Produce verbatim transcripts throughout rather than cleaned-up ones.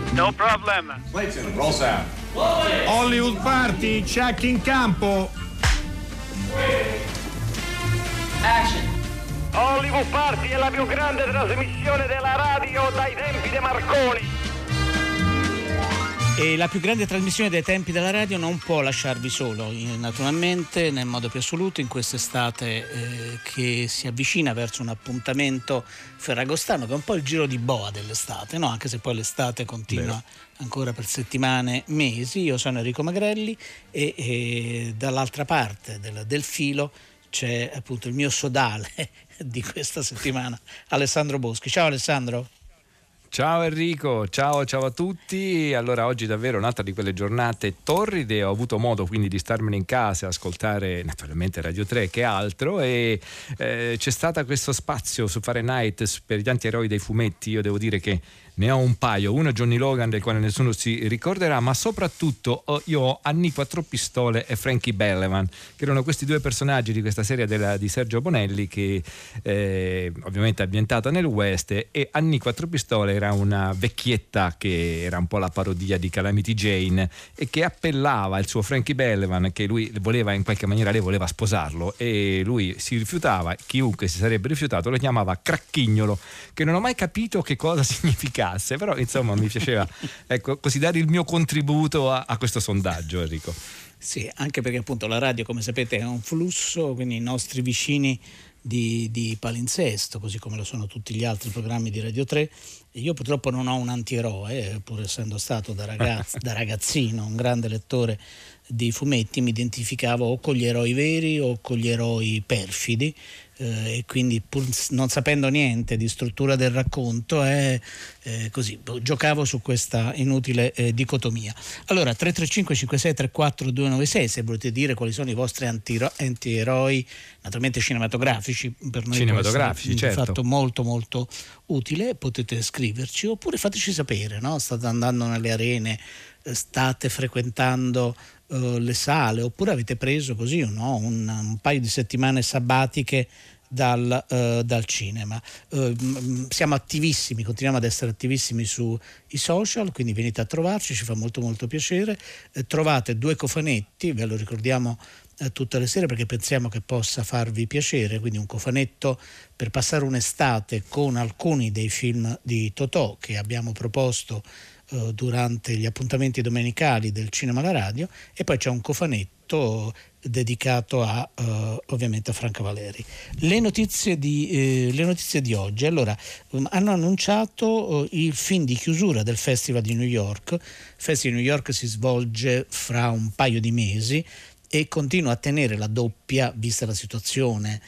No problem. Clayton, roll sound. Hollywood Party, check in campo. Action. Hollywood Party è la più grande trasmissione della radio dai tempi di Marconi. E la più grande trasmissione dei tempi della radio non può lasciarvi solo, naturalmente, nel modo più assoluto, in quest'estate eh, che si avvicina verso un appuntamento ferragostano, che è un po' il giro di boa dell'estate, no? Anche se poi l'estate continua Vero. ancora per settimane, mesi. Io sono Enrico Magrelli e, e dall'altra parte del, del filo c'è appunto il mio sodale di questa settimana, Alessandro Boschi. Ciao Alessandro. Ciao Enrico, ciao ciao a tutti. Allora oggi davvero un'altra di quelle giornate torride, ho avuto modo quindi di starmene in casa, ascoltare naturalmente Radio tre che altro, e eh, c'è stato questo spazio su Fahrenheit per gli antieroi dei fumetti. Io devo dire che ne ho un paio, uno è Johnny Logan del quale nessuno si ricorderà, ma soprattutto io ho Annie Quattropistole e Frankie Bellevan, che erano questi due personaggi di questa serie della, di Sergio Bonelli, che eh, ovviamente è ambientata nel West, e Annie Quattropistole era una vecchietta che era un po' la parodia di Calamity Jane e che appellava il suo Frankie Bellevan, che lui voleva, in qualche maniera lei voleva sposarlo e lui si rifiutava. Chiunque si sarebbe rifiutato lo chiamava Cracchignolo, che non ho mai capito che cosa significasse, però insomma mi piaceva ecco così dare il mio contributo a, a questo sondaggio, Enrico. Sì, anche perché appunto la radio, come sapete, è un flusso, quindi i nostri vicini di, di palinsesto, così come lo sono tutti gli altri programmi di Radio tre. Io purtroppo non ho un antieroe, pur essendo stato da, ragazz- da ragazzino un grande lettore di fumetti, mi identificavo o con gli eroi veri o con gli eroi perfidi, eh, e quindi pur non sapendo niente di struttura del racconto eh, eh, così giocavo su questa inutile eh, dicotomia. Allora tre tre cinque cinque sei tre quattro due nove sei, se volete dire quali sono i vostri antiro- antieroi, naturalmente cinematografici, per noi cinematografici, certo, fatto molto molto utile, potete scriverci oppure fateci sapere, no? State andando nelle arene, state frequentando uh, le sale, oppure avete preso così no? un, un paio di settimane sabbatiche dal, uh, dal cinema. Uh, siamo attivissimi, continuiamo ad essere attivissimi sui social, quindi venite a trovarci, ci fa molto molto piacere. Eh, trovate due cofanetti, ve lo ricordiamo eh, tutte le sere perché pensiamo che possa farvi piacere, quindi un cofanetto per passare un'estate con alcuni dei film di Totò che abbiamo proposto uh, durante gli appuntamenti domenicali del Cinema alla Radio, e poi c'è un cofanetto dedicato a uh, ovviamente a Franca Valeri. Le notizie di, eh, le notizie di oggi. Allora, um, hanno annunciato uh, il film di chiusura del Festival di New York. Il Festival di New York si svolge fra un paio di mesi e continua a tenere la doppia, vista la situazione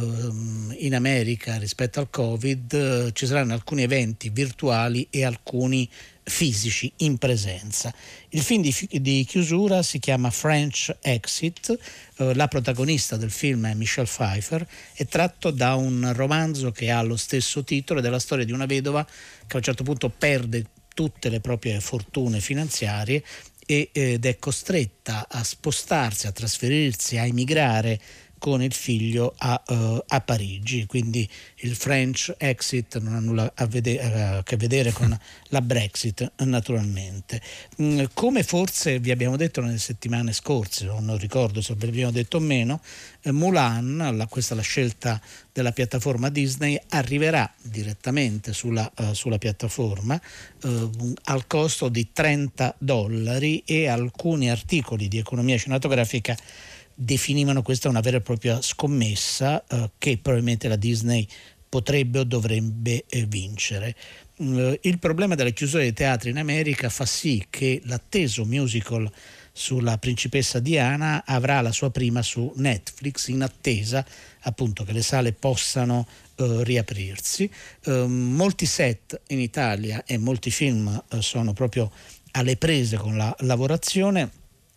um, in America rispetto al Covid. Uh, ci saranno alcuni eventi virtuali e alcuni fisici in presenza. Il film di, di chiusura si chiama French Exit, eh, la protagonista del film è Michelle Pfeiffer, è tratto da un romanzo che ha lo stesso titolo, ed è la storia di una vedova che a un certo punto perde tutte le proprie fortune finanziarie ed è costretta a spostarsi, a trasferirsi, a emigrare con il figlio a, uh, a Parigi. Quindi il French Exit non ha nulla a, vede- a che vedere con la Brexit, naturalmente. Mm, come forse vi abbiamo detto nelle settimane scorse, non ricordo se ve l'abbiamo detto o meno, eh, Mulan, la, questa è la scelta della piattaforma Disney, arriverà direttamente sulla, uh, sulla piattaforma uh, al costo di trenta dollari, e alcuni articoli di economia cinematografica definivano questa una vera e propria scommessa eh, che probabilmente la Disney potrebbe o dovrebbe eh, vincere. Mm, il problema della chiusura dei teatri in America fa sì che l'atteso musical sulla principessa Diana avrà la sua prima su Netflix, in attesa appunto che le sale possano eh, riaprirsi. Eh, molti set in Italia e molti film eh, sono proprio alle prese con la lavorazione.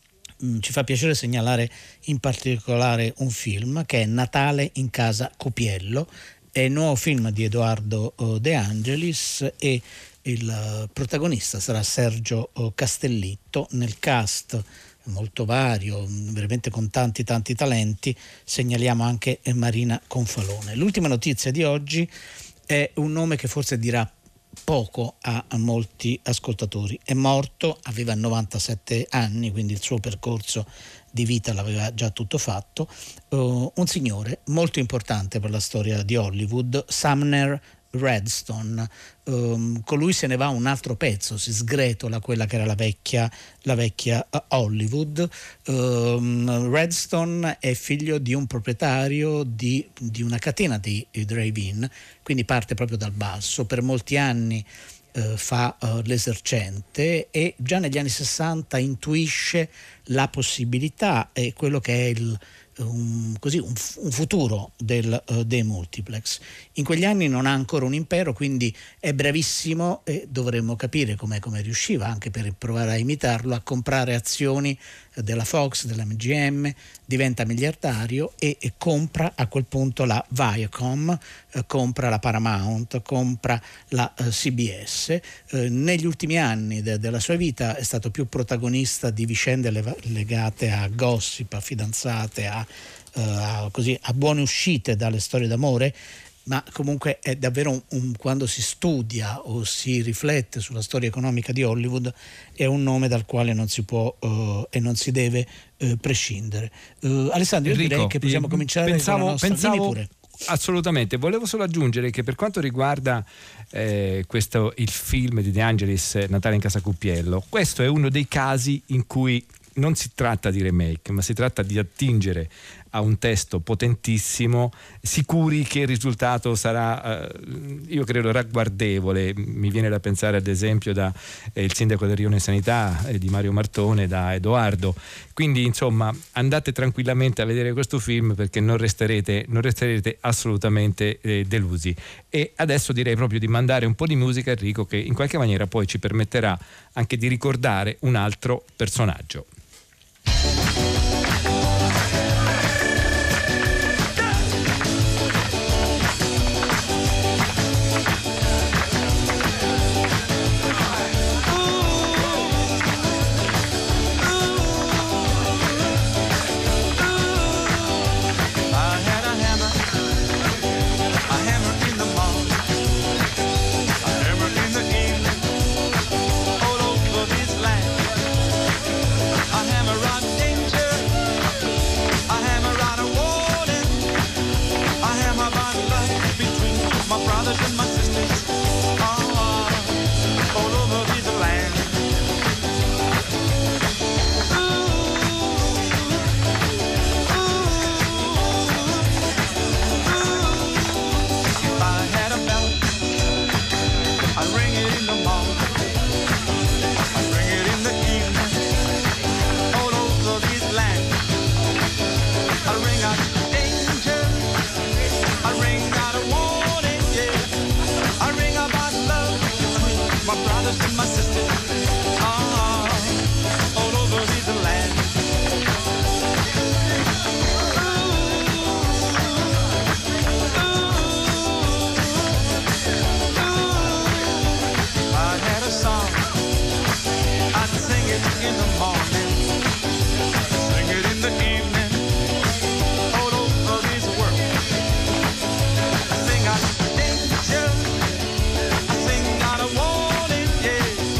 Ci fa piacere segnalare in particolare un film che è Natale in casa Copiello, è il nuovo film di Edoardo De Angelis e il protagonista sarà Sergio Castellitto. Nel cast molto vario, veramente con tanti tanti talenti, segnaliamo anche Marina Confalone. L'ultima notizia di oggi è un nome che forse dirà poco a, a molti ascoltatori. È morto, aveva novantasette anni, quindi il suo percorso di vita l'aveva già tutto fatto, uh, un signore molto importante per la storia di Hollywood, Sumner Redstone. Um, con lui se ne va un altro pezzo, si sgretola quella che era la vecchia, la vecchia Hollywood. um, Redstone è figlio di un proprietario di, di una catena di drive-in, quindi parte proprio dal basso. Per molti anni Uh, fa uh, l'esercente e già negli anni sessanta intuisce la possibilità e quello che è il, un, così, un, un futuro del, uh, dei multiplex. In quegli anni non ha ancora un impero, quindi è bravissimo e dovremmo capire come riusciva, anche per provare a imitarlo, a comprare azioni della Fox, della M G M, diventa miliardario e, e compra a quel punto la Viacom, eh, compra la Paramount, compra la eh, C B S. Eh, negli ultimi anni de- della sua vita è stato più protagonista di vicende le- legate a gossip, a fidanzate, a, eh, a, così, a buone uscite dalle storie d'amore, ma comunque è davvero un, un, quando si studia o si riflette sulla storia economica di Hollywood, è un nome dal quale non si può uh, e non si deve uh, prescindere. Uh, Alessandro, io Enrico, direi che possiamo eh, cominciare pensavo, con la nostra. pensavo, Dimmi pure. Assolutamente, volevo solo aggiungere che per quanto riguarda eh, questo, il film di De Angelis, Natale in casa Cuppiello, questo è uno dei casi in cui non si tratta di remake, ma si tratta di attingere a un testo potentissimo, sicuri che il risultato sarà, eh, io credo, ragguardevole. Mi viene da pensare ad esempio da eh, Il sindaco del Rione Sanità eh, di Mario Martone, da Edoardo. Quindi insomma andate tranquillamente a vedere questo film, perché non resterete, non resterete assolutamente eh, delusi. E adesso direi proprio di mandare un po' di musica, Enrico, che in qualche maniera poi ci permetterà anche di ricordare un altro personaggio. I sing out a warning, yeah.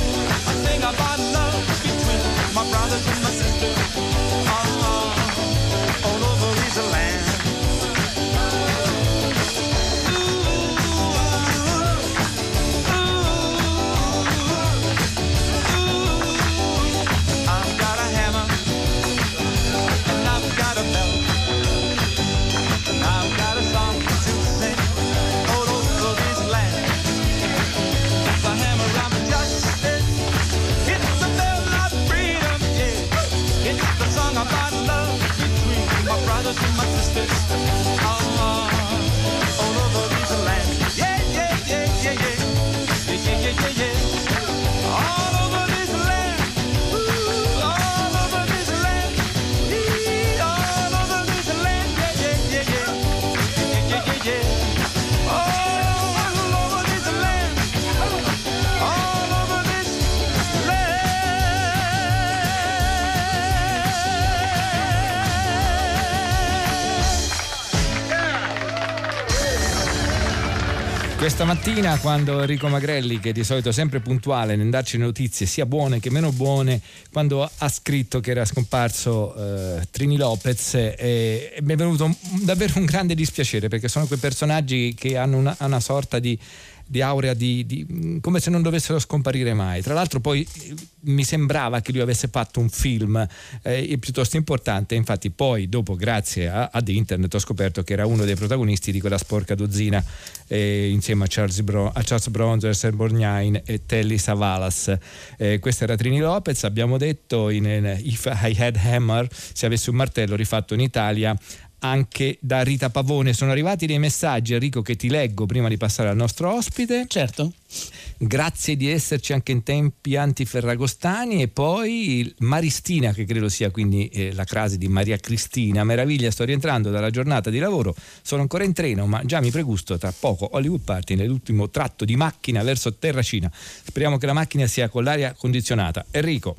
Questa mattina, quando Enrico Magrelli, che di solito è sempre puntuale nel darci notizie sia buone che meno buone, quando ha scritto che era scomparso eh, Trini Lopez, eh, mi è venuto un, davvero un grande dispiacere, perché sono quei personaggi che hanno una, una sorta di di aurea di, di come se non dovessero scomparire mai. Tra l'altro poi mi sembrava che lui avesse fatto un film eh, piuttosto importante, infatti poi dopo, grazie a, ad internet, ho scoperto che era uno dei protagonisti di quella sporca dozzina eh, insieme a Charles, Bron- a Charles Bronson, Esther Borgnine e Telly Savalas. Eh, questa era Trini Lopez, abbiamo detto in, in If I Had Hammer, se avessi un martello, rifatto in Italia anche da Rita Pavone. Sono arrivati dei messaggi, Enrico, che ti leggo prima di passare al nostro ospite. Certo. Grazie di esserci anche in tempi antiferragostani. E poi Maristina, che credo sia quindi eh, la crasi di Maria Cristina: meraviglia, sto rientrando dalla giornata di lavoro, sono ancora in treno ma già mi pregusto tra poco Hollywood Party nell'ultimo tratto di macchina verso Terracina. Speriamo che la macchina sia con l'aria condizionata. Enrico.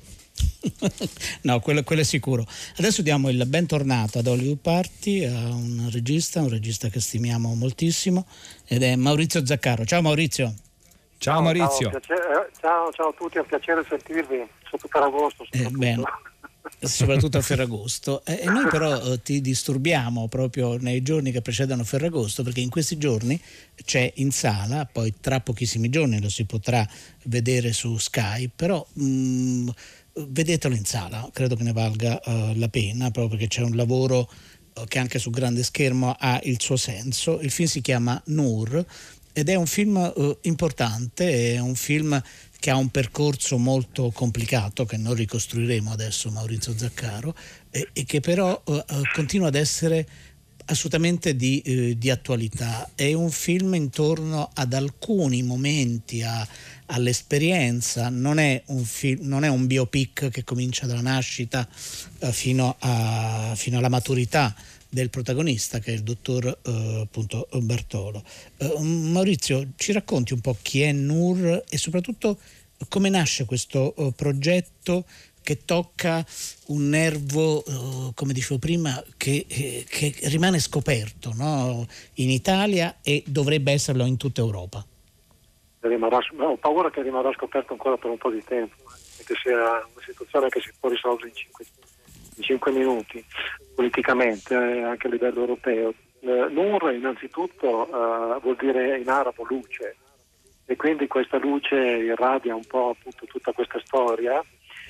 No, quello, quello è sicuro. Adesso diamo il bentornato ad Hollywood Party a un regista, un regista che stimiamo moltissimo, ed è Maurizio Zaccaro. Ciao Maurizio. Ciao, ciao Maurizio. Ciao, ciao, ciao a tutti, è un piacere sentirvi su Ferragosto. Eh, bene. Soprattutto a Ferragosto, e noi però eh, ti disturbiamo proprio nei giorni che precedono Ferragosto, perché in questi giorni c'è in sala, poi tra pochissimi giorni lo si potrà vedere su Sky, però mh, vedetelo in sala, credo che ne valga uh, la pena, proprio perché c'è un lavoro uh, che anche sul grande schermo ha il suo senso. Il film si chiama Noor ed è un film uh, importante, è un film che ha un percorso molto complicato che non ricostruiremo adesso, Maurizio Zaccaro, e, e che però uh, continua ad essere assolutamente di, eh, di attualità. È un film intorno ad alcuni momenti, a, all'esperienza, non è un film, non è un biopic che comincia dalla nascita eh, fino, a, fino alla maturità del protagonista, che è il dottor eh, appunto Bartolo. Eh, Maurizio, ci racconti un po' chi è Noor e soprattutto come nasce questo eh, progetto che tocca un nervo, eh, come dicevo prima, che, eh, che rimane scoperto, no? In Italia e dovrebbe esserlo in tutta Europa. Rimarrà, ho paura che rimarrà scoperto ancora per un po' di tempo, che sia una situazione che si può risolvere in cinque, in cinque minuti politicamente, eh, anche a livello europeo. Eh, Noor innanzitutto eh, vuol dire in arabo luce, e quindi questa luce irradia un po' appunto tutta questa storia,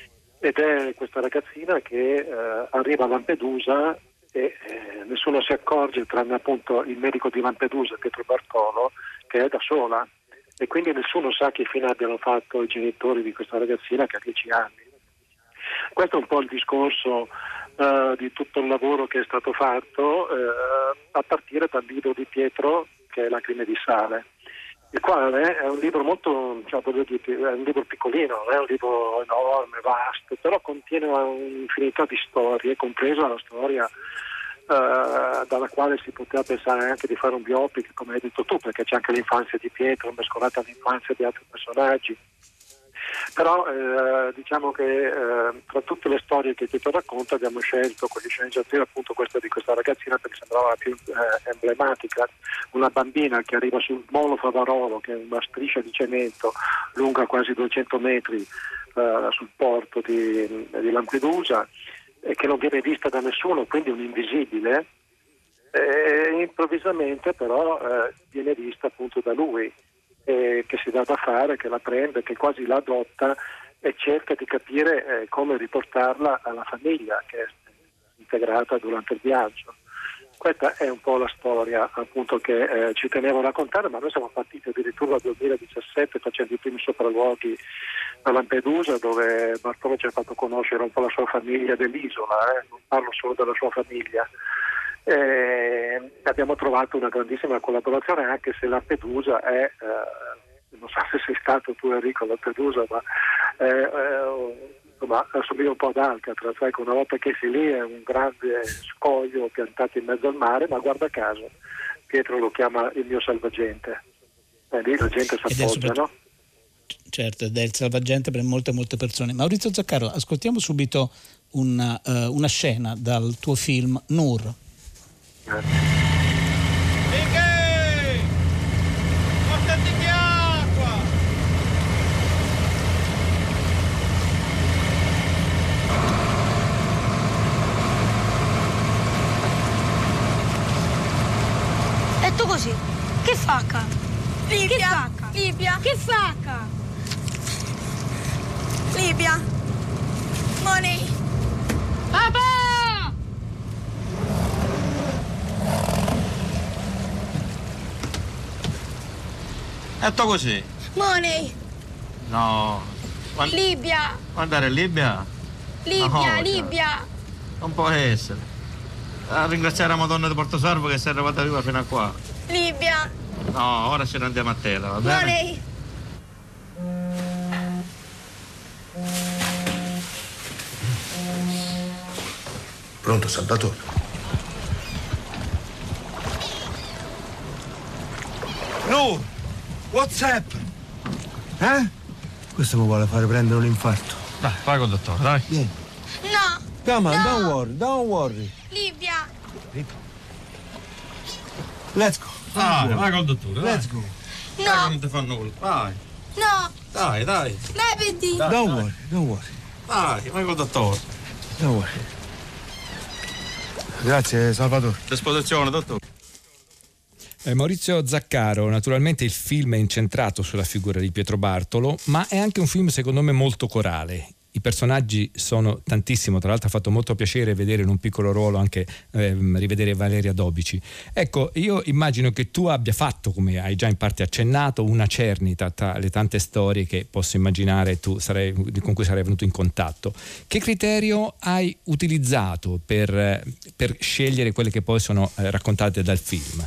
ed è questa ragazzina che eh, arriva a Lampedusa e eh, nessuno si accorge, tranne appunto il medico di Lampedusa, Pietro Bartolo, che è da sola, e quindi nessuno sa che fine abbiano fatto i genitori di questa ragazzina che ha dieci anni. Questo è un po' il discorso uh, di tutto il lavoro che è stato fatto uh, a partire dal libro di Pietro, che è Lacrime di sale, il quale è un libro molto, cioè, voglio dire, è un libro piccolino, non è un libro enorme, vasto, però contiene un'infinità di storie, compresa la storia uh, dalla quale si poteva pensare anche di fare un biopic, come hai detto tu, perché c'è anche l'infanzia di Pietro mescolata all'infanzia di altri personaggi. Però eh, diciamo che eh, tra tutte le storie che Pietro racconta abbiamo scelto con gli sceneggiatori appunto questa di questa ragazzina, perché sembrava la più eh, emblematica, una bambina che arriva sul molo Favarolo, che è una striscia di cemento lunga quasi duecento metri eh, sul porto di, di Lampedusa, e che non viene vista da nessuno, quindi un invisibile, e improvvisamente però eh, viene vista appunto da lui, eh, che si dà da fare, che la prende, che quasi la adotta e cerca di capire eh, come riportarla alla famiglia che è integrata durante il viaggio. Questa è un po' la storia appunto che eh, ci tenevo a raccontare, ma noi siamo partiti addirittura nel duemiladiciassette facendo i primi sopralluoghi a Lampedusa, dove Bartolo ci ha fatto conoscere un po' la sua famiglia dell'isola, eh? non parlo solo della sua famiglia. Eh, abbiamo trovato una grandissima collaborazione, anche se Lampedusa è, eh, non so se sei stato tu Enrico a Lampedusa, ma eh, eh, insomma assomiglia un po' ad Alcatraz, ecco, una volta che sei lì è un grande scoglio piantato in mezzo al mare, ma guarda caso Pietro lo chiama il mio salvagente, e lì la gente si appoggia, no? Certo, ed è il salvagente per molte molte persone. Maurizio Zaccaro, ascoltiamo subito una, uh, una scena dal tuo film Noor. Perché? facca? Libia. Che facca? Libia. Che facca? Libia. Money. Papà! E tu così? Money. No. Quando... Libia. Andare in Libia? Libia, no, Libia. Non può essere. A ringraziare la Madonna di Porto Salvo che sei arrivata arriva fino a qua. Libia. No, ora ce ne andiamo a tela, va bene? Money. Pronto, Salvatore? No! What's happened? Eh? Questo mi vuole fare prendere un infarto. Dai, vai col dottore, dai. Vieni. No. Come on, no. don't worry, don't worry. Libia. Let's go. Dai, vai col dottore, Let's dai. go. No. Dai, non ti fa nulla. Vai. No. Dai, dai. Levati. Dai, Don't dai. worry, don't worry. Dai, vai col dottore. Don't worry. Grazie, Salvatore. Disposizione, dottore. Eh, Maurizio Zaccaro, naturalmente il film è incentrato sulla figura di Pietro Bartolo, ma è anche un film secondo me molto corale. I personaggi sono tantissimo, tra l'altro ha fatto molto piacere vedere in un piccolo ruolo anche ehm, rivedere Valeria Dobici. Ecco, io immagino che tu abbia fatto, come hai già in parte accennato, una cernita tra le tante storie che posso immaginare tu sarei, con cui sarei venuto in contatto. Che criterio hai utilizzato per, per scegliere quelle che poi sono eh, raccontate dal film?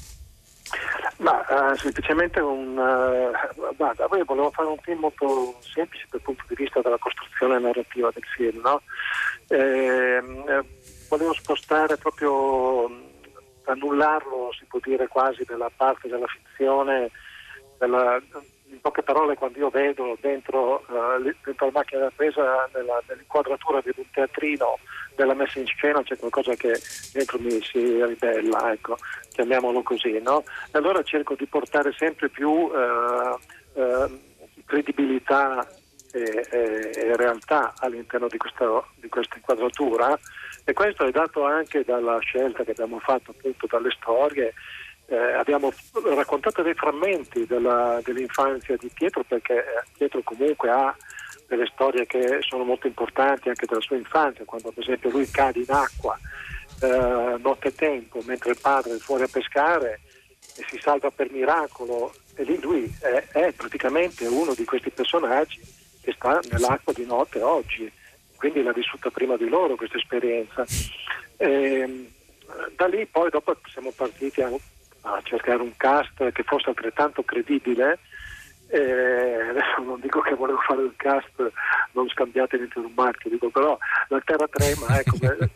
Ma uh, semplicemente un uh, guarda, io volevo fare un film molto semplice dal punto di vista della costruzione narrativa del film, no? Eh, eh, volevo spostare proprio, annullarlo, si può dire quasi, della parte della fizione, della, in poche parole, quando io vedo dentro, uh, dentro la macchina da presa, nella, nell'inquadratura di un teatrino, della messa in scena, c'è qualcosa che dentro mi si ribella, ecco, chiamiamolo così, no? E allora cerco di portare sempre più uh, uh, credibilità e, e, e realtà all'interno di questa, di questa inquadratura, e questo è dato anche dalla scelta che abbiamo fatto appunto dalle storie. Eh, abbiamo raccontato dei frammenti della, dell'infanzia di Pietro, perché Pietro comunque ha delle storie che sono molto importanti anche della sua infanzia, quando per esempio lui cade in acqua eh, nottetempo mentre il padre è fuori a pescare e si salva per miracolo, e lì lui è, è praticamente uno di questi personaggi che sta nell'acqua di notte oggi, quindi l'ha vissuta prima di loro questa esperienza. E, da lì poi dopo siamo partiti a, a cercare un cast che fosse altrettanto credibile. Eh, adesso non dico che volevo fare il cast, non scambiatemi per un marchio, dico però la terra trema, ecco,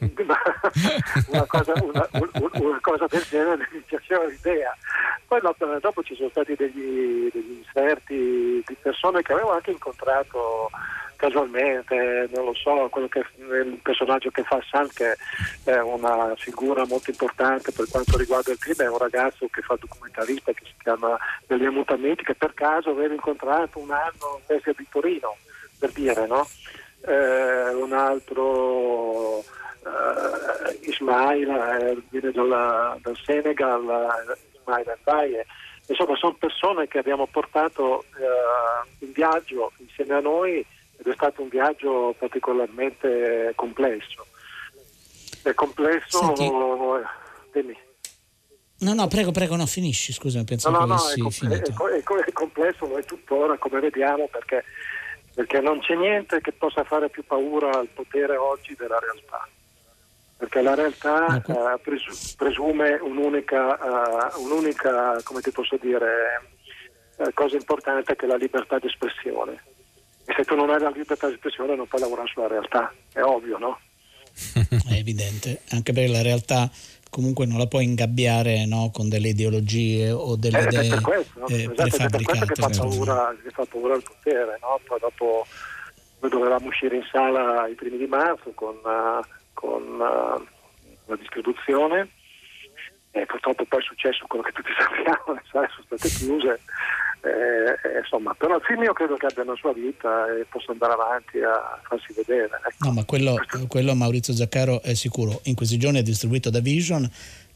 una, cosa, una, una cosa del genere mi piaceva l'idea. Poi dopo, dopo ci sono stati degli, degli inserti di persone che avevo anche incontrato casualmente, non lo so, quello che il personaggio che fa San, che è una figura molto importante per quanto riguarda il film, è un ragazzo che fa documentarista, che si chiama Delia Mutamenti, che per caso avevo incontrato un anno in Festival di Torino, per dire, no? Eh, un altro eh, Ismail eh, viene dalla, dal Senegal, eh, Ismail Mbaye. Insomma, sono persone che abbiamo portato eh, in viaggio insieme a noi, ed è stato un viaggio particolarmente complesso. È complesso. Senti, dimmi. No, no, prego, prego, no, finisci, scusa, pensavo no, no, che avessi no, è, finito. è, è, è complesso, lo è tuttora, come vediamo, perché, perché non c'è niente che possa fare più paura al potere oggi della realtà. Perché la realtà uh, presu- presume un'unica, uh, un'unica, come ti posso dire, uh, cosa importante, che è la libertà di espressione. E se tu non hai la libertà di espressione non puoi lavorare sulla realtà, è ovvio, no? È evidente, anche perché la realtà comunque non la puoi ingabbiare, no, con delle ideologie o delle eh, idee per questo, no? eh, Esatto, è per questo che fa paura, che fa paura il potere, no? Poi dopo noi dovevamo uscire in sala i primi di marzo con, uh, con uh, la distribuzione, e purtroppo poi è successo quello che tutti sappiamo, le sale sono state chiuse. Eh, insomma, però il film io credo che abbia una sua vita e possa andare avanti a farsi vedere, ecco. No, ma quello, quello Maurizio Zaccaro è sicuro. In questi giorni è distribuito da Vision,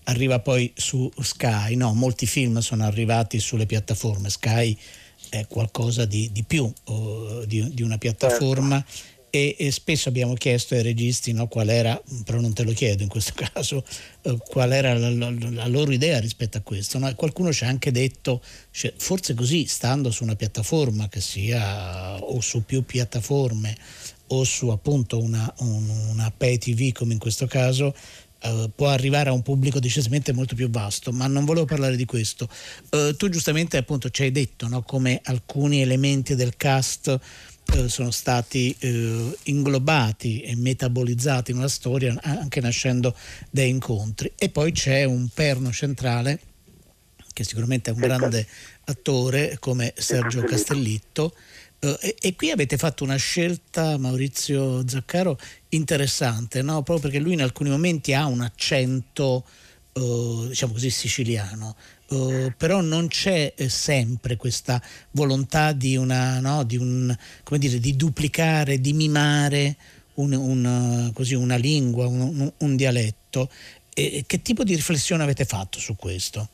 arriva poi su Sky, no, molti film sono arrivati sulle piattaforme. Sky è qualcosa di, di più oh, di, di una piattaforma. Certo. E, e spesso abbiamo chiesto ai registi, no, qual era, però non te lo chiedo in questo caso, eh, qual era la, la, la loro idea rispetto a questo, no? Qualcuno ci ha anche detto, cioè, forse così, stando su una piattaforma che sia o su più piattaforme o su appunto una, un, una pay tv come in questo caso, Uh, può arrivare a un pubblico decisamente molto più vasto, ma non volevo parlare di questo. Uh, tu giustamente appunto ci hai detto, no, come alcuni elementi del cast uh, sono stati uh, inglobati e metabolizzati in una storia, anche nascendo dai incontri, e poi c'è un perno centrale che sicuramente è un grande attore come Sergio Castellitto. Uh, e, e qui avete fatto una scelta, Maurizio Zaccaro, interessante, no? Proprio perché lui in alcuni momenti ha un accento uh, diciamo così siciliano, uh, però non c'è eh, sempre questa volontà di una, no? di un, come dire, di duplicare, di mimare un, un, così, una lingua, un, un, un dialetto. E che tipo di riflessione avete fatto su questo?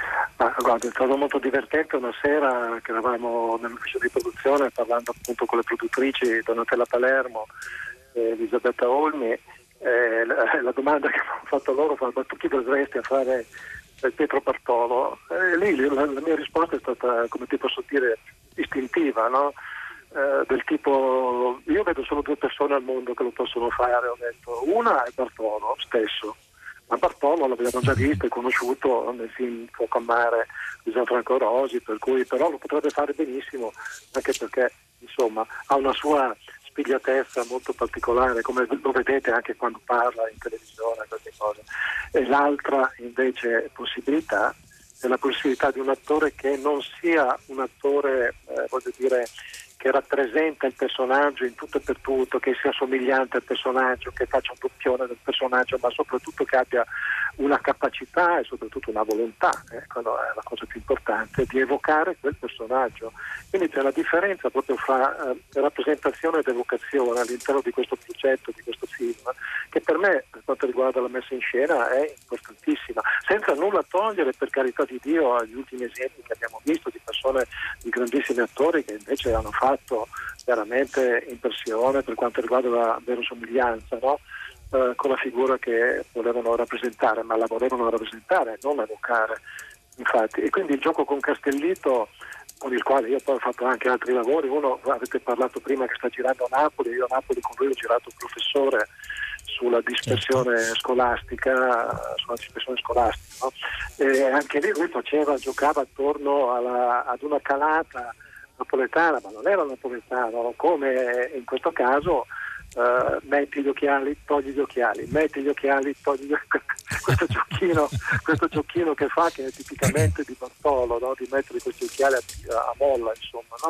Ma guarda, è stato molto divertente una sera che eravamo nell'ufficio di produzione parlando appunto con le produttrici Donatella Palermo e Elisabetta Olmi. Eh, la, la domanda che ho fatto loro fa: ma tu chi dovresti a fare Pietro Bartolo? E lì la, la mia risposta è stata, come ti posso dire, istintiva, no? Eh, del tipo, io vedo solo due persone al mondo che lo possono fare, ho detto. Una è Bartolo stesso. Ma Bartolo l'abbiamo già visto e conosciuto nel film Fuoco a mare di Gianfranco Rosi, per cui però lo potrebbe fare benissimo, anche perché insomma ha una sua spigliatezza molto particolare, come lo vedete anche quando parla in televisione, queste cose. E l'altra invece possibilità è la possibilità di un attore che non sia un attore, eh, voglio dire, che rappresenta il personaggio in tutto e per tutto, che sia somigliante al personaggio, che faccia un doppione del personaggio, ma soprattutto che abbia una capacità e soprattutto una volontà, eh, quello è la cosa più importante, di evocare quel personaggio. Quindi c'è la differenza proprio fra eh, rappresentazione ed evocazione all'interno di questo progetto, di questo film, che per me, per quanto riguarda la messa in scena, è importantissima, senza nulla togliere, per carità di Dio, agli ultimi esempi che abbiamo visto di persone, di grandissimi attori che invece hanno fatto veramente impressione per quanto riguarda la verosomiglianza, no? Eh, con la figura che volevano rappresentare, ma la volevano rappresentare, non evocare, infatti. E quindi il gioco con Castellitto, con il quale io poi ho fatto anche altri lavori, uno avete parlato prima che sta girando a Napoli, io a Napoli con lui ho girato professore sulla dispersione certo. scolastica, sulla dispersione scolastica, no? E anche lì lui faceva, giocava attorno alla, ad una calata napoletana, ma non era napoletano, come in questo caso uh, metti gli occhiali, togli gli occhiali, metti gli occhiali, togli gli occhiali, questo giochino, questo giochino che fa, che è tipicamente di Bartolo, no? Di mettere questi occhiali a, a molla, insomma, no?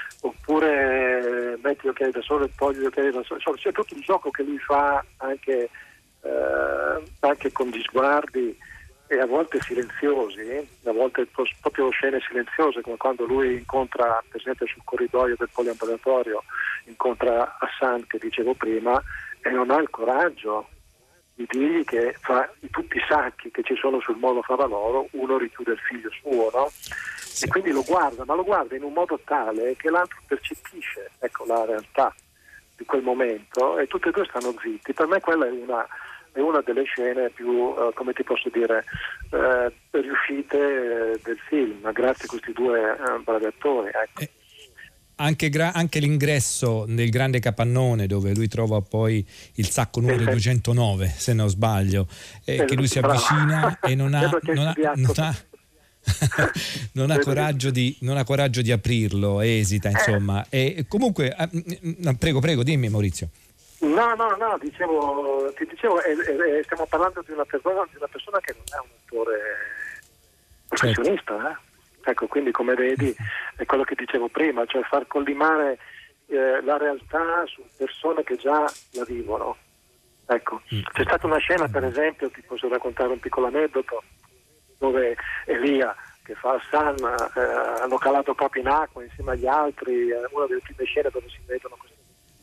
Oppure metti gli occhiali da sole e togli gli occhiali da sole, insomma, c'è tutto il gioco che lui fa anche, eh, anche con gli sguardi, e a volte silenziosi, a volte proprio scene silenziose, come quando lui incontra, per esempio sul corridoio del poliambulatorio, incontra Hassan, che dicevo prima, e non ha il coraggio di dirgli che fra tutti i sacchi che ci sono sul Molo Favaloro uno richiude il figlio suo, no? Sì. E quindi lo guarda, ma lo guarda in un modo tale che l'altro percepisce, ecco, la realtà di quel momento, e tutti e due stanno zitti. Per me quella è una è una delle scene più, uh, come ti posso dire, uh, riuscite uh, del film, grazie a questi due uh, bravi attori. Ecco. Eh, anche, gra- anche l'ingresso nel grande capannone, dove lui trova poi il sacco numero duecentonove, se non sbaglio, eh, che lui si avvicina e non ha... Non ha, non ha non ha coraggio di non ha coraggio di aprirlo, esita, insomma. E comunque, eh, prego, prego, dimmi, Maurizio. No, no, no, dicevo, ti dicevo, eh, eh, stiamo parlando di una persona, di una persona che non è un attore professionista, certo. eh? Ecco, quindi come vedi è quello che dicevo prima, cioè far collimare eh, la realtà su persone che già la vivono. Ecco, c'è stata una scena, per esempio, ti posso raccontare un piccolo aneddoto, dove Elia, che fa Hassan, eh, hanno calato proprio in acqua insieme agli altri, eh, una delle prime scene dove si vedono questi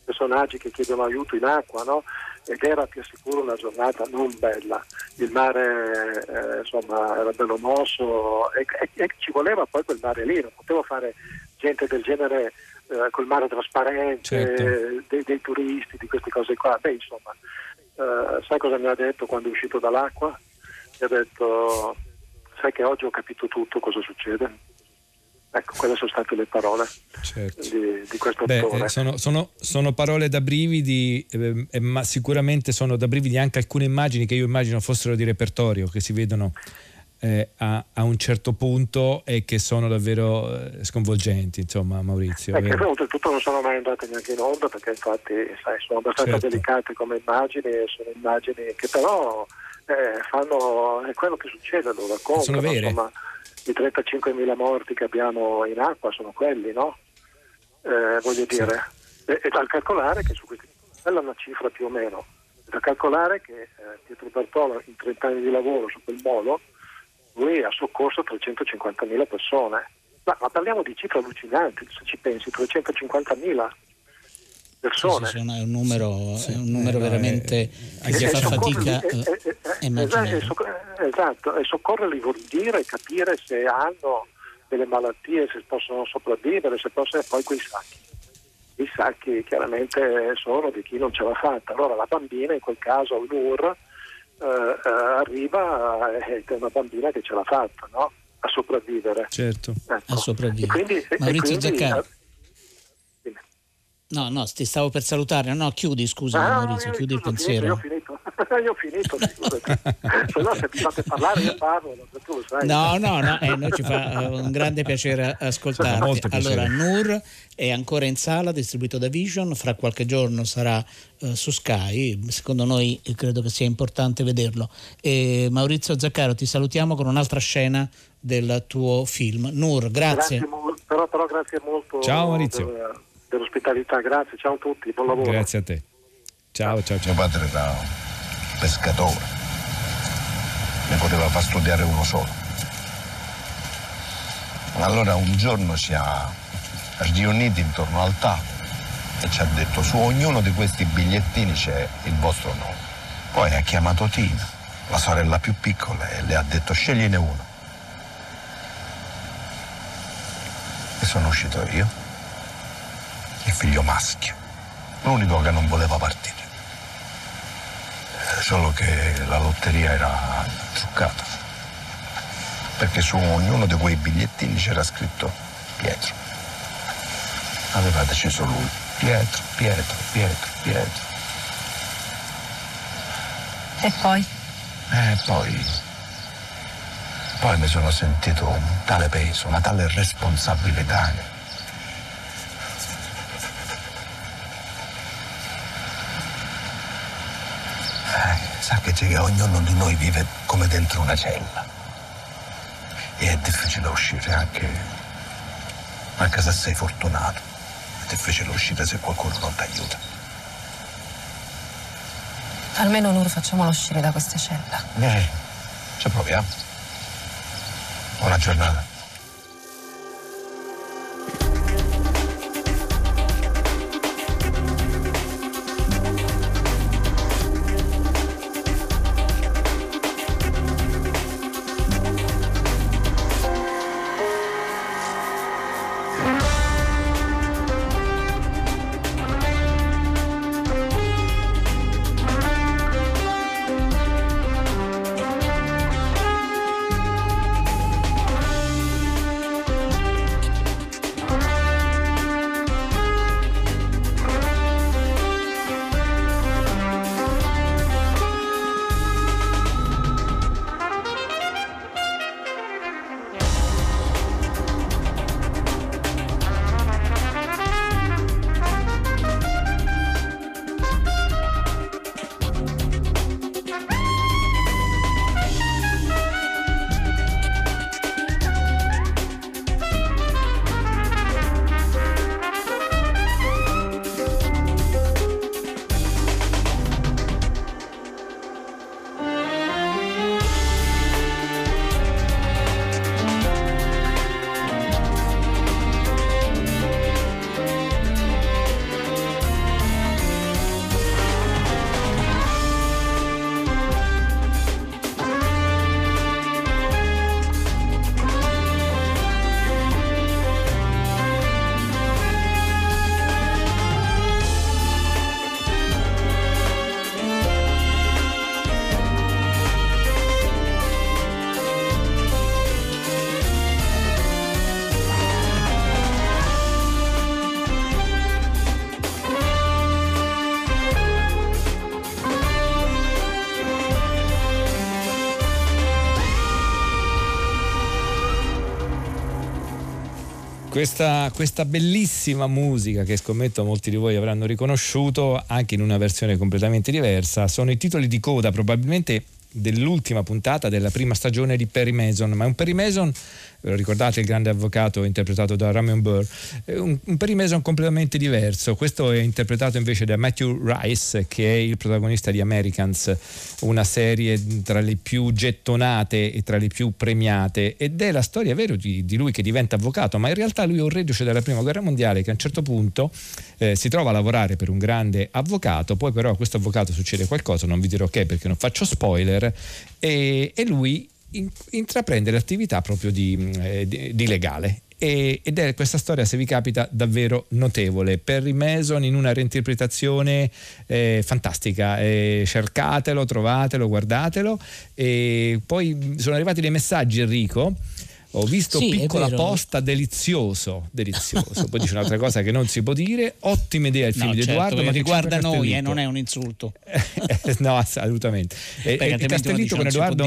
personaggi che chiedono aiuto in acqua, no? Ed era, ti assicuro, una giornata non bella. Il mare eh, insomma era bello mosso e, e, e ci voleva poi quel mare lì, non potevo fare gente del genere eh, col mare trasparente, certo. dei, dei turisti, di queste cose qua. Beh, insomma, eh, sai cosa mi ha detto quando è uscito dall'acqua? Mi ha detto: sai che oggi ho capito tutto cosa succede? Ecco, quelle sono state le parole certo. di, di questo Beh, attore. eh, sono, sono, sono parole da brividi, eh, eh, ma sicuramente sono da brividi anche alcune immagini che io immagino fossero di repertorio, che si vedono eh, a, a un certo punto e che sono davvero eh, sconvolgenti, insomma, Maurizio. Eh, che oltretutto non sono mai andate neanche in onda, perché infatti sai, sono abbastanza certo. delicate come immagini, sono immagini che però eh, fanno, è quello che succede, lo raccontano. Sono vere. Insomma, i trentacinquemila morti che abbiamo in acqua sono quelli, no? Eh, voglio sì. dire, e, e da calcolare che su questi, quella è una cifra più o meno, è da calcolare che eh, Pietro Bartolo in trenta anni di lavoro su quel molo, lui ha soccorso trecentocinquantamila persone. Ma, ma parliamo di cifre allucinanti, se ci pensi, trecentocinquantamila persone. Sì, sì, sì, è un numero, sì. è un numero eh, veramente eh, che eh, fa eh, fatica eh, eh, eh, a immaginare. eh, esatto, e soccorrerli vuol dire capire se hanno delle malattie, se possono sopravvivere, se possono, poi quei sacchi. I sacchi chiaramente sono di chi non ce l'ha fatta. Allora la bambina, in quel caso Nur, eh, eh, arriva ed è una bambina che ce l'ha fatta, no? A sopravvivere. Certo. Ecco. A sopravvivere. E quindi, e Maurizio quindi, Zaccaro. eh, No, no, ti stavo per salutare. No, chiudi, scusa, Ah, Maurizio, io, chiudi io il ho finito, io pensiero. ho finito, io ho finito, se no se mi fate parlare io parlo, tu sai. No, no, no, eh, noi ci fa uh, un grande piacere ascoltarti. Molto piacere. Allora, Nur è ancora in sala, distribuito da Vision, fra qualche giorno sarà uh, su Sky, secondo noi credo che sia importante vederlo. E Maurizio Zaccaro, ti salutiamo con un'altra scena del tuo film. Nur, grazie. Grazie molto, però, però grazie molto. Ciao Maurizio. Per, dell'ospitalità, grazie, ciao a tutti, buon lavoro. Grazie a te. Ciao, ciao, ciao. Mio padre era pescatore, ne poteva far studiare uno solo. Allora un giorno ci ha riuniti intorno al tavolo e ci ha detto: su ognuno di questi bigliettini c'è il vostro nome. Poi ha chiamato Tina, la sorella più piccola, e le ha detto: scegliene uno. E sono uscito io, il figlio maschio, l'unico che non voleva partire. Solo che la lotteria era truccata, perché su ognuno di quei bigliettini c'era scritto Pietro. Aveva deciso lui: Pietro, Pietro, Pietro, Pietro. E poi? E poi... Poi mi sono sentito un tale peso, una tale responsabilità. Sa che, che ognuno di noi vive come dentro una cella e è difficile uscire, anche, anche se sei fortunato. È difficile uscire se qualcuno non ti aiuta. Almeno Nur, facciamolo uscire da questa cella. Eh, ci proviamo. Buona giornata. Questa, questa bellissima musica che scommetto molti di voi avranno riconosciuto anche in una versione completamente diversa sono i titoli di coda probabilmente dell'ultima puntata della prima stagione di Perry Mason, ma è un Perry Mason, ve lo ricordate, il grande avvocato interpretato da Ramion Burr, è un, un Perry Mason completamente diverso. Questo è interpretato invece da Matthew Rice, che è il protagonista di Americans, una serie tra le più gettonate e tra le più premiate, ed è la storia vera di, di lui che diventa avvocato, ma in realtà lui è un reduce della prima guerra mondiale che a un certo punto eh, si trova a lavorare per un grande avvocato, poi però a questo avvocato succede qualcosa, non vi dirò che perché non faccio spoiler, e, e lui In, intraprende l'attività proprio di, eh, di, di legale e, ed è questa storia, se vi capita, davvero notevole. Perry Mason in una reinterpretazione eh, fantastica, eh, cercatelo, trovatelo, guardatelo. E poi sono arrivati dei messaggi, Enrico. Ho visto sì, piccola posta, delizioso, delizioso. Poi dice un'altra cosa che non si può dire. Ottima idea il film no, di certo, Edoardo, ma riguarda noi, eh, non è un insulto. No, assolutamente. E, e il Castellitto con Edoardo.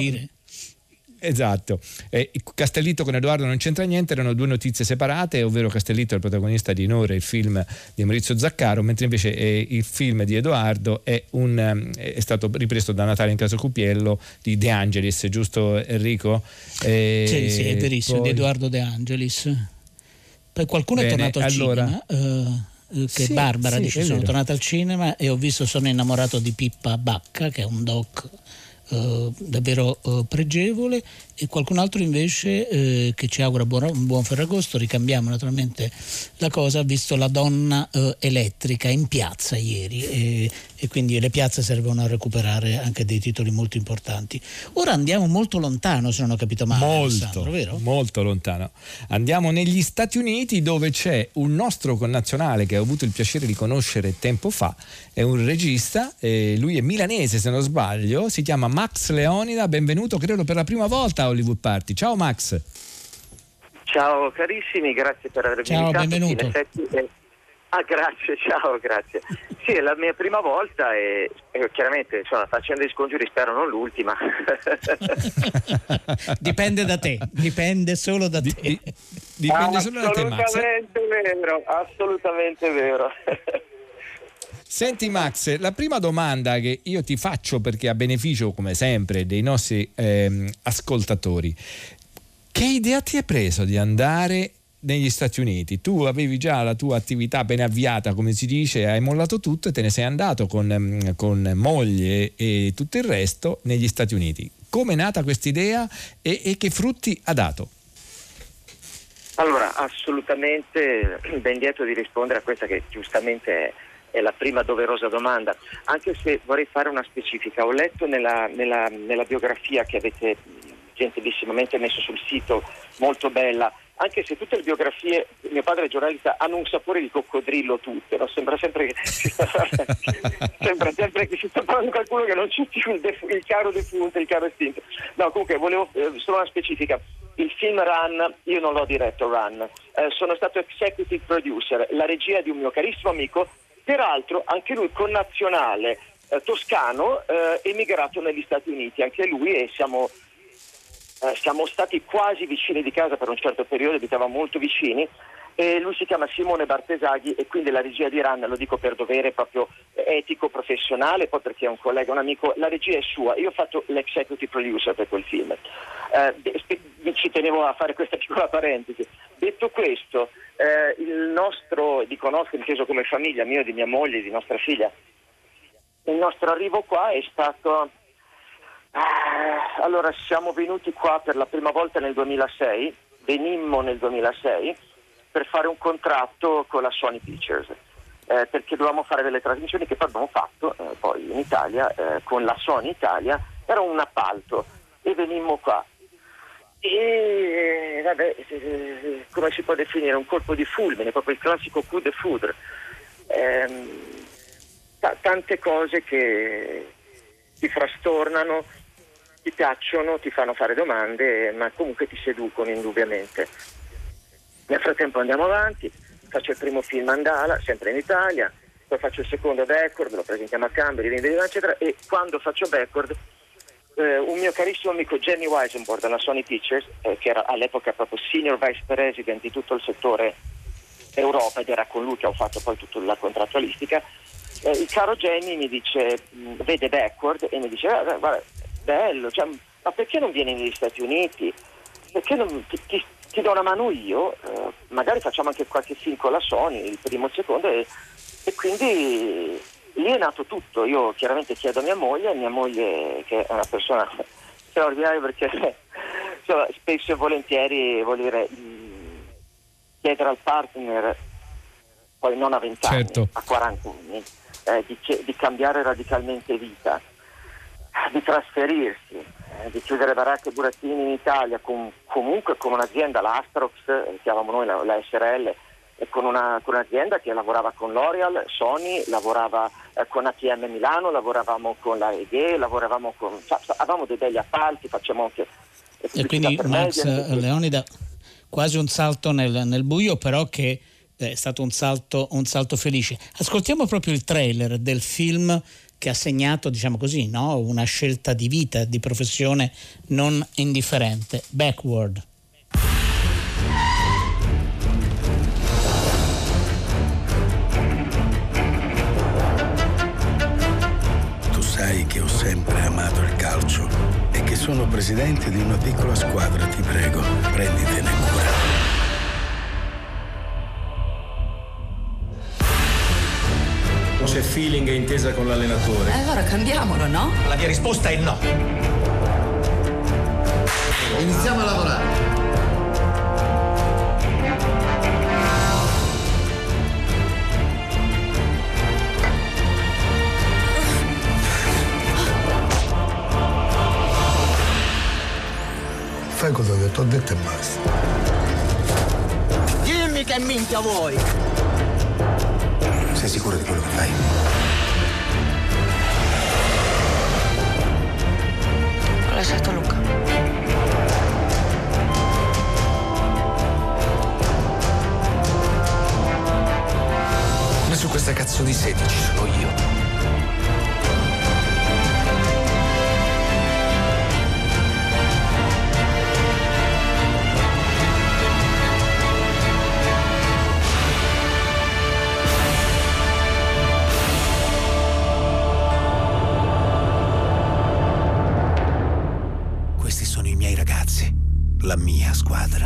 Esatto, eh, Castellitto con Edoardo non c'entra niente, erano due notizie separate, ovvero Castellitto è il protagonista di Inore, il film di Maurizio Zaccaro, mentre invece eh, il film di Edoardo è, un, è stato ripreso da Natale in Caso Cupiello di De Angelis, giusto Enrico? Eh, sì, sì, è verissimo, poi... di Edoardo De Angelis. Poi qualcuno Bene, è tornato al allora... cinema. Uh... che sì, Barbara sì, dice sono tornata al cinema e ho visto Sono innamorato di Pippa Bacca, che è un doc uh, davvero uh, pregevole, e qualcun altro invece uh, che ci augura buon, un buon Ferragosto. Ricambiamo naturalmente la cosa, ha visto La donna uh, elettrica in piazza ieri e, e quindi le piazze servono a recuperare anche dei titoli molto importanti. Ora andiamo molto lontano, se non ho capito male, molto, vero? Molto lontano. Andiamo negli Stati Uniti, dove c'è un nostro connazionale che ho avuto il piacere di conoscere tempo fa, è un regista, eh, lui è milanese se non sbaglio, si chiama Max Leonida, benvenuto credo per la prima volta a Hollywood Party. Ciao Max. Ciao carissimi, grazie per avermi Ciao, invitato. benvenuto. In effetti, eh, ah, grazie, ciao, grazie. Sì, è la mia prima volta e, e chiaramente insomma, facendo gli scongiuri spero non l'ultima. Dipende da te, dipende solo da te. Di, di, dipende solo da te, Max. Assolutamente vero, assolutamente vero. Senti Max, la prima domanda che io ti faccio, perché a beneficio come sempre dei nostri ehm, ascoltatori, che idea ti hai preso di andare negli Stati Uniti? Tu avevi già la tua attività ben avviata, come si dice, hai mollato tutto e te ne sei andato con, con moglie e tutto il resto negli Stati Uniti. Come è nata questa idea e, e che frutti ha dato? Allora, assolutamente ben lieto di rispondere a questa che giustamente è è la prima doverosa domanda, anche se vorrei fare una specifica. Ho letto nella, nella, nella biografia che avete gentillissimamente messo sul sito, molto bella, anche se tutte le biografie, mio padre è giornalista, hanno un sapore di coccodrillo tutte, no? Sembra sempre che si sta, sembra sempre che si sta parlando di qualcuno che non c'è più il, def- il caro defunto, il caro estinto. No, comunque volevo eh, solo una specifica. Il film Run, io non l'ho diretto Run, eh, sono stato executive producer, la regia di un mio carissimo amico, peraltro anche lui connazionale eh, toscano, eh, emigrato negli Stati Uniti, anche lui, e siamo, eh, siamo stati quasi vicini di casa per un certo periodo, abitavamo molto vicini, e lui si chiama Simone Bartesaghi e quindi la regia di Run, lo dico per dovere proprio etico, professionale, poi perché è un collega, un amico, la regia è sua, io ho fatto l'executive producer per quel film. Eh, ci tenevo a fare questa piccola parentesi. Detto questo, eh, il nostro, dico nostro inteso come famiglia, mio, di mia moglie, di nostra figlia, il nostro arrivo qua è stato eh, allora siamo venuti qua per la prima volta nel duemilasei, venimmo nel duemilasei per fare un contratto con la Sony Pictures, eh, perché dovevamo fare delle trasmissioni che poi abbiamo fatto eh, poi in Italia eh, con la Sony Italia, era un appalto e venimmo qua. E vabbè, eh, come si può definire? Un colpo di fulmine, proprio il classico coup de foudre. Ehm, t- tante cose che ti frastornano, ti piacciono, ti fanno fare domande, ma comunque ti seducono indubbiamente. Nel frattempo andiamo avanti, faccio il primo film Andala, sempre in Italia, poi faccio il secondo Backward, lo presentiamo a Canberra, eccetera, e quando faccio Backward eh, un mio carissimo amico Jenny Weisenborn della Sony Pictures, eh, che era all'epoca proprio senior vice president di tutto il settore Europa, ed era con lui che ho fatto poi tutta la contrattualistica. Eh, il caro Jenny mi dice, mh, vede Backward e mi dice guarda, guarda bello, cioè, ma perché non vieni negli Stati Uniti? Perché non ti, ti, ti do una mano io, eh, magari facciamo anche qualche film con la Sony, il primo e il secondo, e, e quindi lì è nato tutto. Io chiaramente chiedo a mia moglie, mia moglie che è una persona straordinaria, perché insomma, spesso e volentieri vuol dire mh, chiedere al partner, poi non a venti anni, certo, a quaranta anni, eh, di, di cambiare radicalmente vita, di trasferirsi, eh, di chiudere baracche e burattini in Italia con, comunque con un'azienda, la Astrox, eh, chiamavamo noi la, la S R L, e con, una, con un'azienda che lavorava con L'Oreal, Sony, lavorava eh, con A T M Milano, lavoravamo con la E G E, lavoravamo con, cioè, avevamo dei belli appalti, facciamo anche e quindi Max media, Leonida, quasi un salto nel, nel buio, però che è stato un salto, un salto felice. Ascoltiamo proprio il trailer del film che ha segnato, diciamo così, no? Una scelta di vita, di professione non indifferente. Backward. Tu sai che ho sempre amato il calcio e che sono presidente di una piccola squadra, ti prego, prenditene cura. C'è feeling e intesa con l'allenatore. Eh, allora cambiamolo, no? La mia risposta è no. Iniziamo a lavorare. Fai quello che ti ho detto e basta. Dimmi che minchia vuoi. Sei sicuro di quello che fai? Ho lasciato Luca. Ma su questa cazzo di sedia ci sono io. La mia squadra.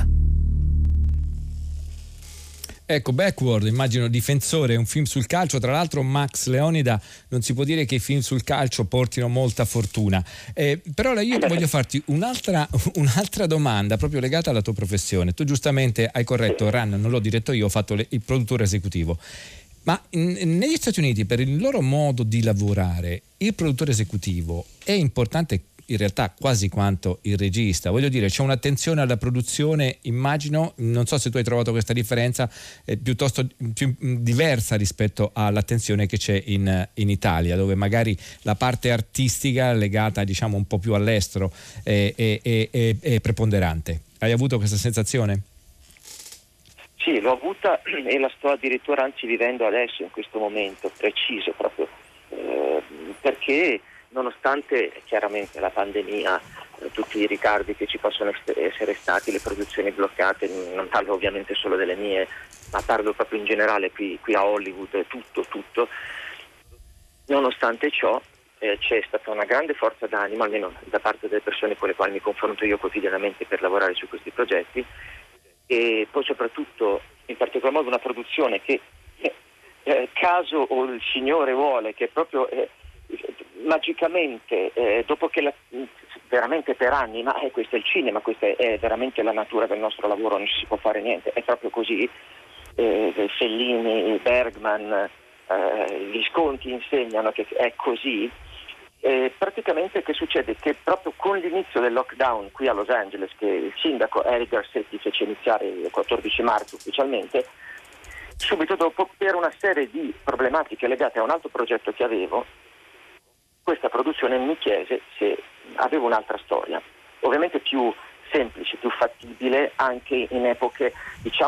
Ecco, Backward, immagino Difensore, è un film sul calcio. Tra l'altro, Max Leonida, non si può dire che i film sul calcio portino molta fortuna. Eh, però io voglio farti un'altra, un'altra domanda proprio legata alla tua professione. Tu giustamente hai corretto, Ran, non l'ho diretto io, ho fatto le, il produttore esecutivo. Ma in, negli Stati Uniti, per il loro modo di lavorare, il produttore esecutivo è importante in realtà quasi quanto il regista. Voglio dire, c'è un'attenzione alla produzione, immagino, non so se tu hai trovato questa differenza, eh, piuttosto più diversa rispetto all'attenzione che c'è in, in Italia, dove magari la parte artistica legata, diciamo, un po' più all'estero è, è, è, è, è preponderante. Hai avuto questa sensazione? Sì, l'ho avuta e la sto addirittura anzi vivendo adesso, in questo momento preciso, proprio eh, perché nonostante chiaramente la pandemia, eh, tutti i ritardi che ci possono essere stati, le produzioni bloccate, non parlo ovviamente solo delle mie, ma parlo proprio in generale qui, qui a Hollywood, tutto, tutto, nonostante ciò eh, c'è stata una grande forza d'animo, almeno da parte delle persone con le quali mi confronto io quotidianamente per lavorare su questi progetti, e poi soprattutto in particolar modo una produzione che eh, caso o il Signore vuole che proprio eh, magicamente eh, dopo che la, veramente per anni, ma eh, questo è il cinema, questa è, è veramente la natura del nostro lavoro, non ci si può fare niente, è proprio così, eh, Fellini, Bergman, eh, gli sconti insegnano che è così. Eh, praticamente che succede? Che proprio con l'inizio del lockdown qui a Los Angeles, che il sindaco Eric Garcetti fece iniziare il quattordici marzo ufficialmente, subito dopo, per una serie di problematiche legate a un altro progetto che avevo, questa produzione mi chiese se avevo un'altra storia, ovviamente più semplice, più fattibile anche in epoche, diciamo,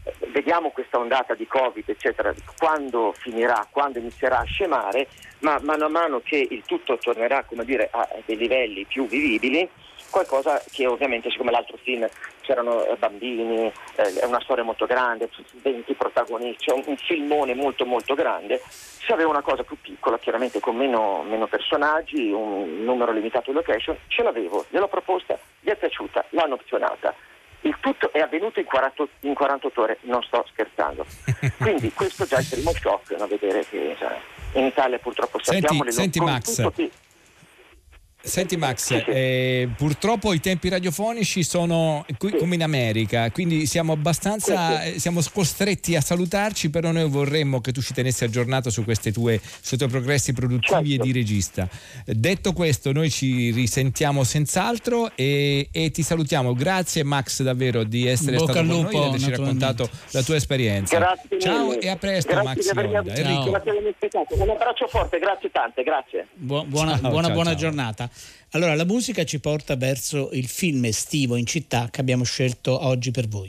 vediamo questa ondata di Covid, eccetera, quando finirà, quando inizierà a scemare, ma mano a mano che il tutto tornerà, come dire, a dei livelli più vivibili, qualcosa che ovviamente, siccome l'altro film c'erano bambini, eh, è una storia molto grande, venti protagonisti, c'è un, un filmone molto molto grande, se aveva una cosa più piccola, chiaramente con meno, meno personaggi, un numero limitato di location, ce l'avevo, gliel'ho proposta, gli è piaciuta, l'hanno opzionata. Il tutto è avvenuto in quaranta, in quarantotto ore, non sto scherzando. Quindi questo è già il primo shock, no? Vedere che cioè, in Italia purtroppo sappiamo... Senti, senti Max... Che... Senti Max, eh, purtroppo i tempi radiofonici sono qui, sì. come in America, quindi siamo abbastanza, sì, sì. siamo costretti a salutarci, però noi vorremmo che tu ci tenessi aggiornato su questi tuoi, sui tuoi progressi produttivi, certo, e di regista. Detto questo, noi ci risentiamo senz'altro e, e ti salutiamo. Grazie Max davvero di essere Bocca stato con noi e di averci raccontato la tua esperienza. Grazie Ciao mille. e a presto. Grazie Max Ionda. Enrico. Grazie, un abbraccio forte, grazie tante, grazie. Bu- buona ciao, buona, ciao, buona ciao. giornata. Allora, la musica ci porta verso il film estivo in città che abbiamo scelto oggi per voi.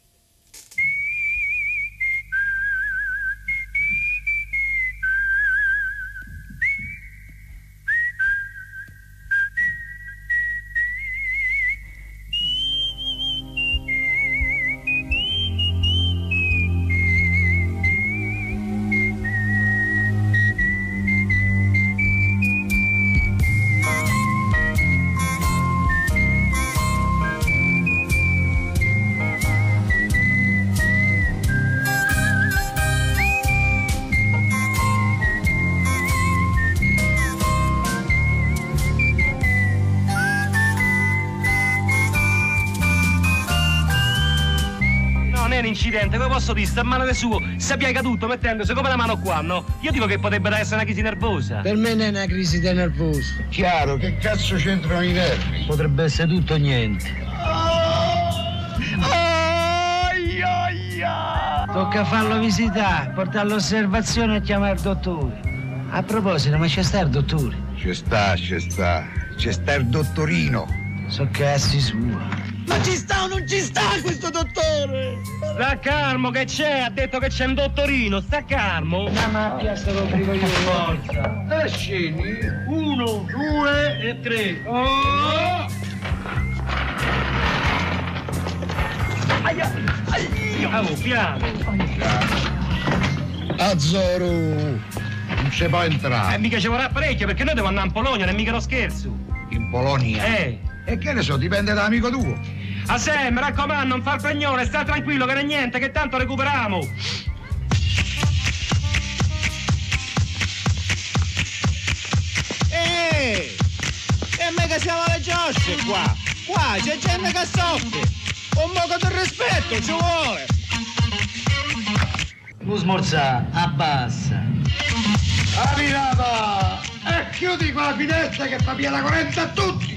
Incidente, come posso dire, sta mano del suo si piega tutto mettendosi come la mano qua, no? Io dico che potrebbe essere una crisi nervosa. Per me non è una crisi di nervoso. Chiaro, che cazzo c'entrano i nervi? Potrebbe essere tutto o niente. Ai, ai, ai. Tocca farlo visitare, portare all'osservazione e chiamare il dottore. A proposito, ma c'è sta il dottore? C'è sta, c'è sta. C'è sta il dottorino. So cazzi sua. Ma ci sta o non ci sta questo dottore? Sta calmo che c'è, ha detto che c'è un dottorino, sta calmo. La mappia se lo dico io, forza. E sceni. Uno, due e tre. Oh! Aia, aia. Oh, piano. Azzoro, non ci può entrare. Eh, mica ci vorrà parecchio perché noi devo andare in Polonia, non è mica uno scherzo. In Polonia? Eh. E che ne so, dipende dall'amico tuo. A se, mi raccomando, non far pregnone, sta tranquillo che non è niente, che tanto recuperiamo. Eeeh! E mica siamo alle giosce qua! Qua c'è gente che soffre! Un poco di rispetto ci vuole! Non smorzà, abbassa. Arrivata! E chiudi quella finestra che fa via la corrente a tutti!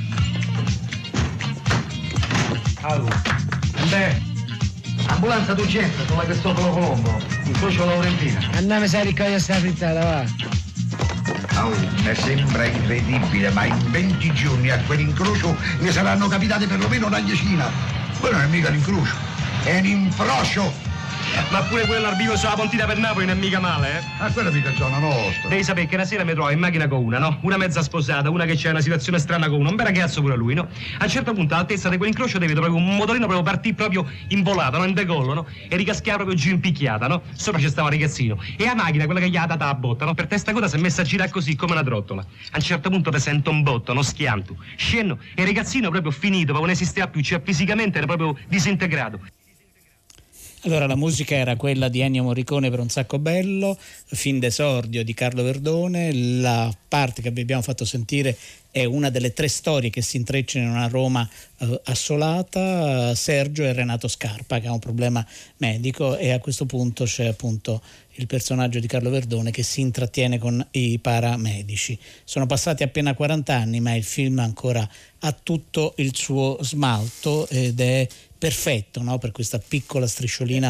Allora, beh, ambulanza d'urgenza sulla Cristoforo Colombo, in Croce Laurentina. Andiamo a ricogliere sta frittata, va. Oh, mi sembra incredibile, ma in venti giorni a quell'incrocio ne saranno capitate perlomeno una decina. Quello non è mica un incrocio, è un infrocio. Ma pure quello al vivo sulla Pontina per Napoli non è mica male, eh? Ah, quella è mica zona nostra. Devi sapere che una sera mi trovo in macchina con una, no? Una mezza sposata, una che c'è una situazione strana con uno, un bel ragazzo pure lui, no? A un certo punto all'altezza di quell'incrocio vedo proprio un motorino proprio partì proprio in volata, no? In decollo, no? E ricaschiava proprio giù in picchiata, no? Sopra c'è stava un ragazzino. E la macchina, quella che gli ha data la botta, no? Per testa coda si è messa a girare così, come una trottola. A un certo punto ti sento un botto, uno schianto. Scendo e il ragazzino proprio finito, proprio non esisteva più, cioè fisicamente era proprio disintegrato. Allora, la musica era quella di Ennio Morricone per Un sacco bello, fin d'esordio di Carlo Verdone. La parte che vi abbiamo fatto sentire è una delle tre storie che si intrecciano in una Roma eh, assolata. Sergio e Renato Scarpa, che ha un problema medico, e a questo punto c'è appunto il personaggio di Carlo Verdone che si intrattiene con i paramedici. Sono passati appena quaranta anni, ma il film ancora ha tutto il suo smalto ed è perfetto, no? Per questa piccola strisciolina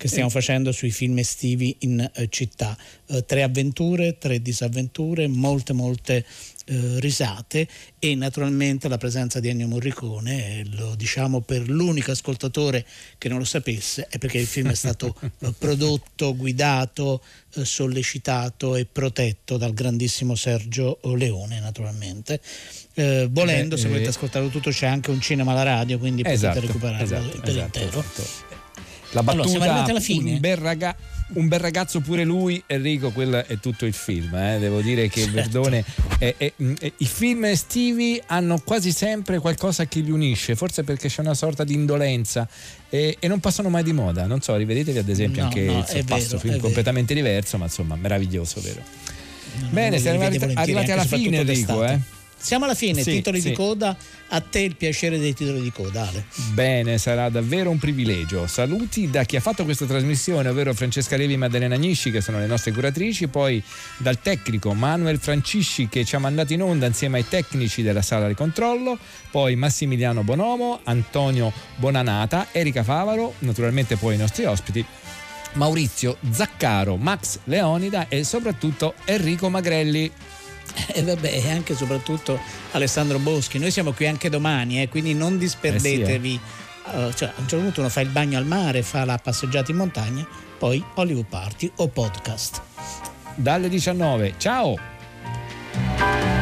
che stiamo facendo sui film estivi in eh, città. Eh, tre avventure, tre disavventure, molte molte eh, risate e naturalmente la presenza di Ennio Morricone, eh, lo diciamo per l'unico ascoltatore che non lo sapesse, è perché il film è stato eh, prodotto, guidato, eh, sollecitato e protetto dal grandissimo Sergio Leone, naturalmente. Eh, volendo, Beh, se volete eh, ascoltarlo tutto, c'è anche un cinema alla radio, quindi esatto, potete recuperarlo esatto, per esatto, intero. Esatto. La battuta, allora, siamo arrivati alla fine. Un bel, raga- un bel ragazzo pure lui, Enrico, quello è tutto il film, eh? Devo dire che certo. Verdone è, è, è, i film estivi hanno quasi sempre qualcosa che li unisce, forse perché c'è una sorta di indolenza e, e non passano mai di moda. Non so, rivedetevi ad esempio no, anche no, il Sorpasso, film completamente vero. diverso, ma insomma meraviglioso, vero? No, Bene, siamo arrivati, arrivati alla fine, Enrico, eh? Siamo alla fine, sì, titoli sì. di coda, a te il piacere dei titoli di coda, Ale. Bene, sarà davvero un privilegio. Saluti da chi ha fatto questa trasmissione, ovvero Francesca Levi e Maddalena Agnisci, che sono le nostre curatrici, poi dal tecnico Manuel Francisci, che ci ha mandato in onda insieme ai tecnici della sala di controllo, poi Massimiliano Bonomo, Antonio Bonanata, Erika Favaro, naturalmente poi i nostri ospiti, Maurizio Zaccaro, Max Leonida e soprattutto Enrico Magrelli. E vabbè, e anche e soprattutto Alessandro Boschi. Noi siamo qui anche domani, eh, quindi non disperdetevi. Eh sì, eh. uh, cioè, a un certo punto uno fa il bagno al mare, fa la passeggiata in montagna, poi Hollywood Party o podcast. Dalle diciannove, ciao!